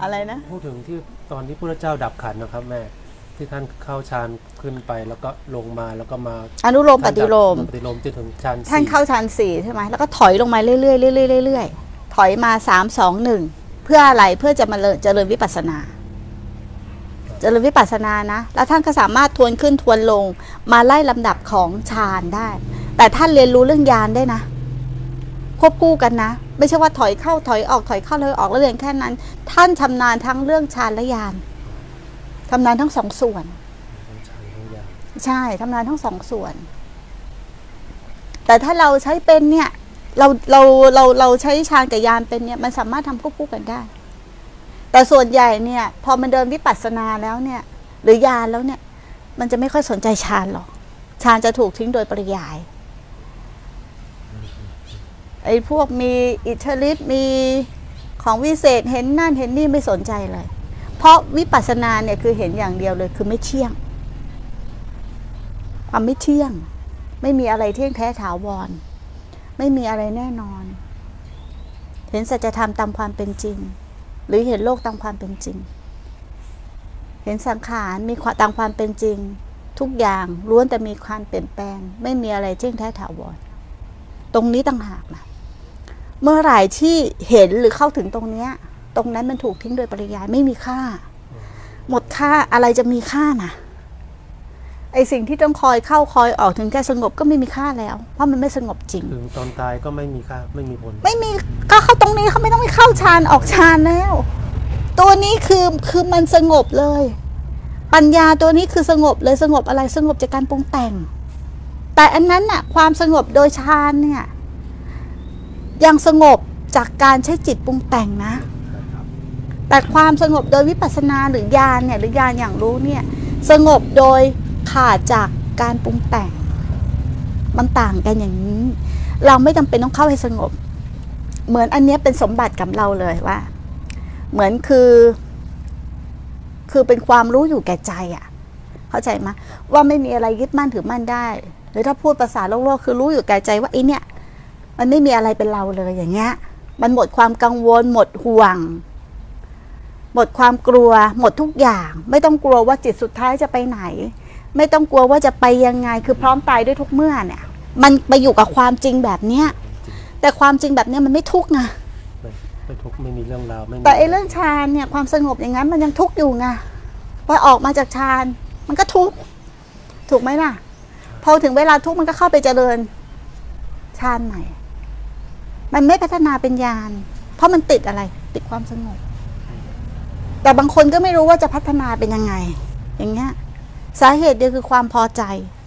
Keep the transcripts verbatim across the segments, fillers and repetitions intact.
อะไรนะพูดถึงที่ตอนที่พระเจ้าดับขันนะครับแม่ที่ท่านเข้าฌานขึ้นไปแล้วก็ลงมาแล้วก็มาอนุโลมปฏิโลมปฏิโลมจนถึงฌานท่านเข้าฌานสี่ใช่ไหมแล้วก็ถอยลงมาเรื่อยๆเรื่อยๆเรื่อยๆถอยมาสามสองหนึ่งเพื่ออะไรเพื่อจะมาเจริญวิปัสสนาเจริญวิปัสสนานะแล้วท่านก็สามารถทวนขึ้นทวนลงมาไล่ลำดับของฌานได้แต่ท่านเรียนรู้เรื่องญาณได้นะควบคู่กันนะไม่ใช่ว่าถอยเข้าถอยออกถอยเข้าเลยออกแล้วเรียนแค่นั้นท่านชำนาญทั้งเรื่องฌานและญาณชำนาญทั้งสองส่วนใช่ทำงานทั้งสองส่วนแต่ถ้าเราใช้เป็นเนี่ยเราเราเราเราใช้ฌานกับญาณเป็นเนี่ยมันสามารถทำควบคู่กันได้แต่ส่วนใหญ่เนี่ยพอมันเดินวิปัสสนาแล้วเนี่ยหรือญาณแล้วเนี่ยมันจะไม่ค่อยสนใจฌานหรอกฌานจะถูกทิ้งโดยปริยายไอ้พวกมีอิทธิฤทธิ์มีของวิเศษเห็นนั่นเห็นนี่ไม่สนใจเลยเพราะวิปัสสนาเนี่ยคือเห็นอย่างเดียวเลยคือไม่เที่ยงความไม่เที่ยงไม่มีอะไรเที่ยงแท้ถาวรไม่มีอะไรแน่นอนเห็นสัจธรรมตามความเป็นจริงหรือเห็นโลกตามความเป็นจริงเห็นสังขารมีตามความเป็นจริงทุกอย่างล้วนแต่มีความเปลี่ยนแปลงไม่มีอะไรเที่ยงแท้ถาวรตรงนี้ต่างหากนะเมื่อไหร่ที่เห็นหรือเข้าถึงตรงนี้ตรงนั้นมันถูกทิ้งโดยปริยายไม่มีค่าหมดค่าอะไรจะมีค่านะไอสิ่งที่ต้องคอยเข้าคอยออกถึงแค่สงบก็ไม่มีค่าแล้วเพราะมันไม่สงบจริงถึงตอนตายก็ไม่มีค่าไม่มีผลไม่มีก็เข้าตรงนี้เขาไม่ต้องไปเข้าฌานออกฌานแล้วตัวนี้คือคือมันสงบเลยปัญญาตัวนี้คือสงบเลยสงบอะไรสงบจากการปรุงแต่งแต่อันนั้นน่ะความสงบโดยฌานเนี่ยยังสงบจากการใช้จิตปรุงแต่งนะแต่ความสงบโดยวิปัสสนาหรือญาณเนี่ยหรือญาณอย่างรู้เนี่ยสงบโดยขาดจากการปรุงแต่งมันต่างกันอย่างนี้เราไม่จำเป็นต้องเข้าให้สงบเหมือนอันนี้เป็นสมบัติกับเราเลยว่าเหมือนคือคือเป็นความรู้อยู่แก่ใจอ่ะเข้าใจไหมว่าไม่มีอะไรยึดมั่นถือมั่นได้หรือถ้าพูดภาษาโลกโลกคือรู้อยู่แก่ใจว่าไอ้เนี่ยมันไม่มีอะไรเป็นเราเลยอย่างเงี้ยมันหมดความกังวลหมดห่วงหมดความกลัวหมดทุกอย่างไม่ต้องกลัวว่าจิตสุดท้ายจะไปไหนไม่ต้องกลัวว่าจะไปยังไงคือพร้อมตายด้วยทุกเมื่อเนี่ยมันไปอยู่กับความจริงแบบเนี้ยแต่ความจริงแบบเนี้ยมันไม่ทุกข์ไงไม่ทุกข์ไม่มีเรื่องราวไม่แต่ไอ้เรื่องฌานเนี่ยความสงบอย่างนั้นมันยังทุกข์อยู่ไงพอออกมาจากฌานมันก็ทุกข์ถูกไหมล่ะพอถึงเวลาทุกข์มันก็เข้าไปเจริญฌานใหม่มันไม่พัฒนาเป็นญาณเพราะมันติดอะไรติดความสงบแต่บางคนก็ไม่รู้ว่าจะพัฒนาเป็นยังไงอย่างเงี้ยสาเหตุเดียวคือความพอใจ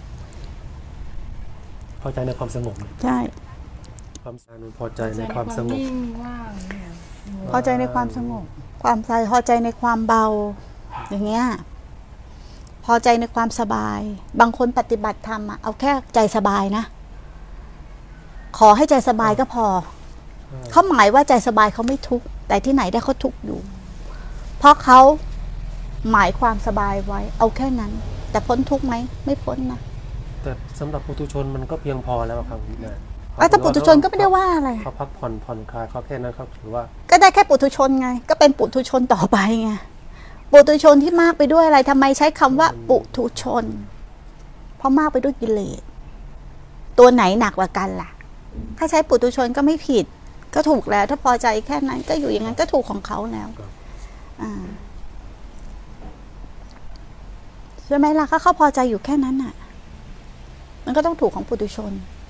พอใจในความสงบใช่ความสงบพอใจในความสงบพอใจในความสงบความใจพอใจในความเบาอย่างเงี้ยพอใจในความสบายบางคนปฏิบัติธรรมอะเอาแค่ใจสบายนะขอให้ใจสบายก็พอเขาหมายว่าใจสบายเขาไม่ทุกข์แต่ที่ไหนได้เขาทุกข์อยู่เพราะเขาหมายความสบายไว้เอาแค่นั้นแต่พ้นทุกข์ไหมไม่พ้นนะแต่สำหรับปุถุชนมันก็เพียงพอแล้วครับคุณแม่แต่ปุถุชนก็ไม่ได้ว่าอะไรเขาพักผ่อนผ่อนคลายเขาแค่นั้นเขาถือว่าก็ได้แค่ปุถุชนไงก็เป็นปุถุชนต่อไปไงปุถุชนที่มากไปด้วยอะไรทำไมใช้คำว่าปุถุชนเพราะมากไปด้วยกิเลสตัวไหนหนักกว่ากันล่ะถ้าใช้ปุถุชนก็ไม่ผิดก็ถูกแล้วถ้าพอใจแค่นั้นก็อยู่อย่างนั้นก็ถูกของเขาแล้วอ่าใช่ไหมล่ะเขาเขาพอใจอยู่แค่นั้นน่ะมันก็ต้องถูกของปุถุชน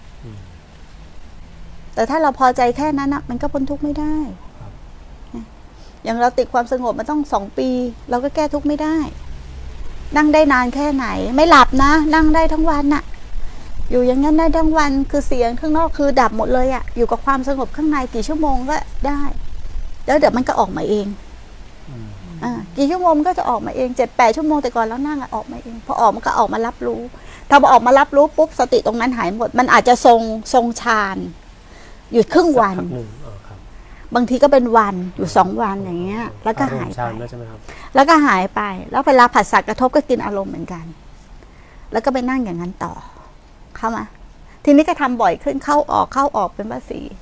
แต่ถ้าเราพอใจแค่นั้นน่ะมันก็พ้นทุกข์ไม่ได้อย่างเราติดความสงบมาต้องสองปีเราก็แก้ทุกข์ไม่ได้นั่งได้นานแค่ไหนไม่หลับนะนั่งได้ทั้งวันน่ะอยู่อย่างนั้นได้ทั้งวันคือเสียงข้างนอกคือดับหมดเลยอ่ะอยู่กับความสงบข้างในกี่ชั่วโมงก็ได้แล้วเดี๋ยวมันก็ออกมาเองอ่ากี่ชั่วโมงก็จะออกมาเองเจ็ดแปดชั่วโมงแต่ก่อนแล้วนั่งออกมาเองพอออกมันก็ออกมารับรู้ถ้าพอออกมารับรู้ปุ๊บสติตรงนั้นหายหมดมันอาจจะทรงทรงฌานหยุดครึ่งวันบางทีก็เป็นวันอยู่สองวันอย่างเงี้ยแล้วก็หายไปแล้วก็หายไปแล้วเวลาผัสสะกระทบก็กินอารมณ์เหมือนกันแล้วก็ไปนั่งอย่างนั้นต่อเข้ามาทีนี้ก็ทำบ่อยขึ้นเข้าออกเข้าออกเป็นภาษี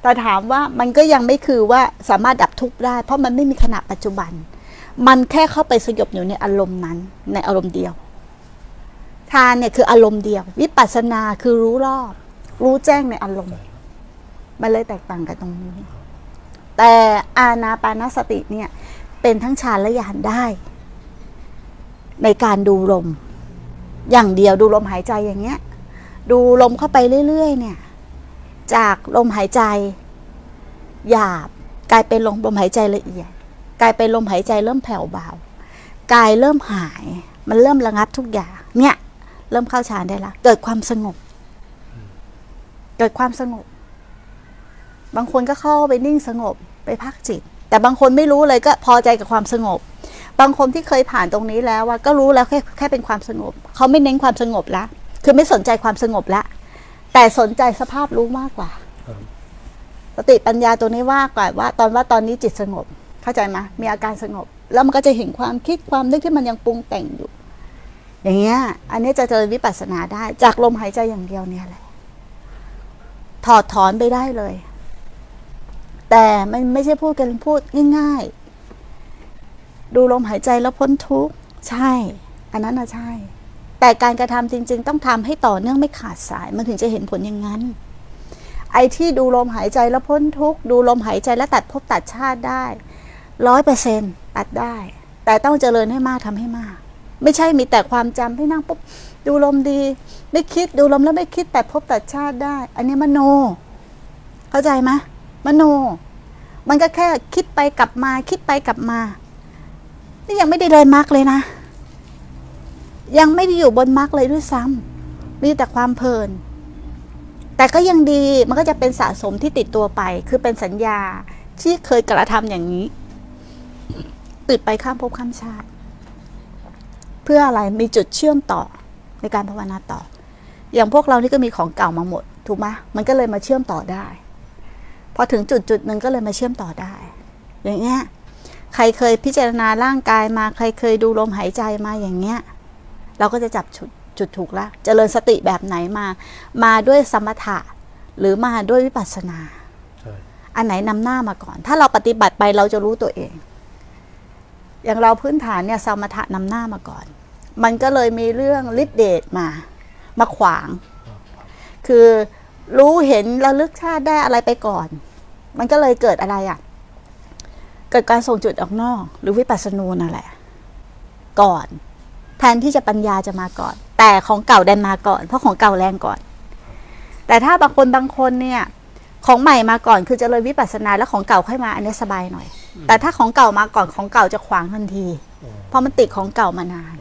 แต่ถามว่ามันก็ยังไม่คือว่าสามารถดับทุกข์ได้ เพราะมันไม่มีขณะปัจจุบัน มันแค่เข้าไปสยบอยู่ในอารมณ์นั้นในอารมณ์เดียวฌานเนี่ยคืออารมณ์เดียววิปัสสนาคือรู้รอบรู้แจ้งในอารมณ์มันเลยแตกต่างกันตรงนี้แต่อานาปานสติเนี่ยเป็นทั้งฌานและญาณได้ ในการดูลมอย่างเดียวดูลมหายใจอย่างเงี้ยดูลมเข้าไปเรื่อยๆเนี่ยจากลมหายใจหยาบกลายเป็นลมลมหายใจละเอียดกลายเป็นลมหายใจเริ่มแผ่วเบากายเริ่มหายมันเริ่มระงับทุกอย่างเนี่ยเริ่มเข้าฌานได้ละเกิดความสงบเกิดความสงบบางคนก็เข้าไปนิ่งสงบไปพักจิตแต่บางคนไม่รู้เลยก็พอใจกับความสงบบางคนที่เคยผ่านตรงนี้แล้วว่าก็รู้แล้วแค่แค่เป็นความสงบเขาไม่เน้นความสงบละคือไม่สนใจความสงบละแต่สนใจสภาพรู้มากกว่าสติปัญญาตัวนี้ว่ากว่าว่าตอนว่าตอนนี้จิตสงบเข้าใจไหมมีอาการสงบแล้วมันก็จะเห็นความคิดความนึกที่มันยังปรุงแต่งอยู่อย่างเงี้ยอันนี้จะเจริญวิปัสสนาได้จากลมหายใจอย่างเดียวเนี่ยแหละถอดถอนไปได้เลยแต่มันไม่ใช่พูดกันพูดง่ายๆดูลมหายใจแล้วพ้นทุกข์ใช่อันนั้นนะใช่แต่การกระทำจริงๆต้องทำให้ต่อเนื่องไม่ขาดสายมันถึงจะเห็นผลอย่างนั้นไอ้ที่ดูลมหายใจแล้วพ้นทุกข์ดูลมหายใจแล้วตัดภพตัดชาติได้ร้อยเปอร์เซ็นต์ตัดได้แต่ต้องเจริญให้มากทำให้มากไม่ใช่มีแต่ความจำให้นั่งปุ๊บดูลมดีไม่คิดดูลมแล้วไม่คิดแต่ภพตัดชาติได้อันนี้มโนเข้าใจไหมมโนมันก็แค่คิดไปกลับมาคิดไปกลับมานี่ยังไม่ได้เดินมรรคเลยนะยังไม่ได้อยู่บนมรรคเลยด้วยซ้ำมีแต่ความเพลินแต่ก็ยังดีมันก็จะเป็นสะสมที่ติดตัวไปคือเป็นสัญญาที่เคยกระทำอย่างนี้ติดไปข้ามภพข้ามชาติเพื่ออะไรมีจุดเชื่อมต่อในการภาวนาต่ออย่างพวกเรานี่ก็มีของเก่ามาหมดถูกไหมมันก็เลยมาเชื่อมต่อได้พอถึงจุดจุดหนึ่งก็เลยมาเชื่อมต่อได้อย่างเงี้ยใครเคยพิจารณาร่างกายมาใครเคยดูลมหายใจมาอย่างเงี้ยเราก็จะจับจุดจุดถูกละเจริญสติแบบไหนมามาด้วยสมถะหรือมาด้วยวิปัสสนาอันไหนนำหน้ามาก่อนถ้าเราปฏิบัติไปเราจะรู้ตัวเองอย่างเราพื้นฐานเนี่ยสมถะนำหน้ามาก่อนมันก็เลยมีเรื่องฤทธิเดชมามาขวางคือรู้เห็นระลึกชาติได้อะไรไปก่อนมันก็เลยเกิดอะไรอ่ะเกิดการส่งจุดออกนอกหรือวิปัสสนูนั่นแหละก่อนแทนที่จะปัญญาจะมาก่อนแต่ของเก่าดันมาก่อนเพราะของเก่าแรงก่อนแต่ถ้าบางคนบางคนเนี่ยของใหม่มาก่อนคือจะเลยวิปัสสนาแล้วของเก่าค่อยมาอันนี้สบายหน่อยแต่ถ้าของเก่ามาก่อนของเก่าจะขวางทันทีเพราะมันติดของเก่ามานาน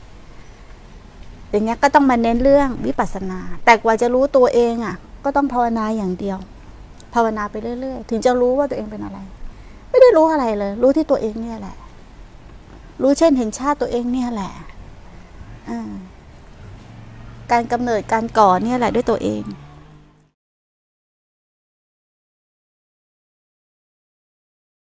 อย่างเงี้ยก็ต้องมาเน้นเรื่องวิปัสสนาแต่กว่าจะรู้ตัวเองอ่ะก็ต้องภาวนาอย่างเดียวภาวนาไปเรื่อยๆถึงจะรู้ว่าตัวเองเป็นอะไรไม่ได้รู้อะไรเลยรู้ที่ตัวเองเนี่ยแหละรู้เช่นเห็นชาติตัวเองเนี่ยแหละการกำเนิดการก่อเนี่ยแหละด้วยตัวเอง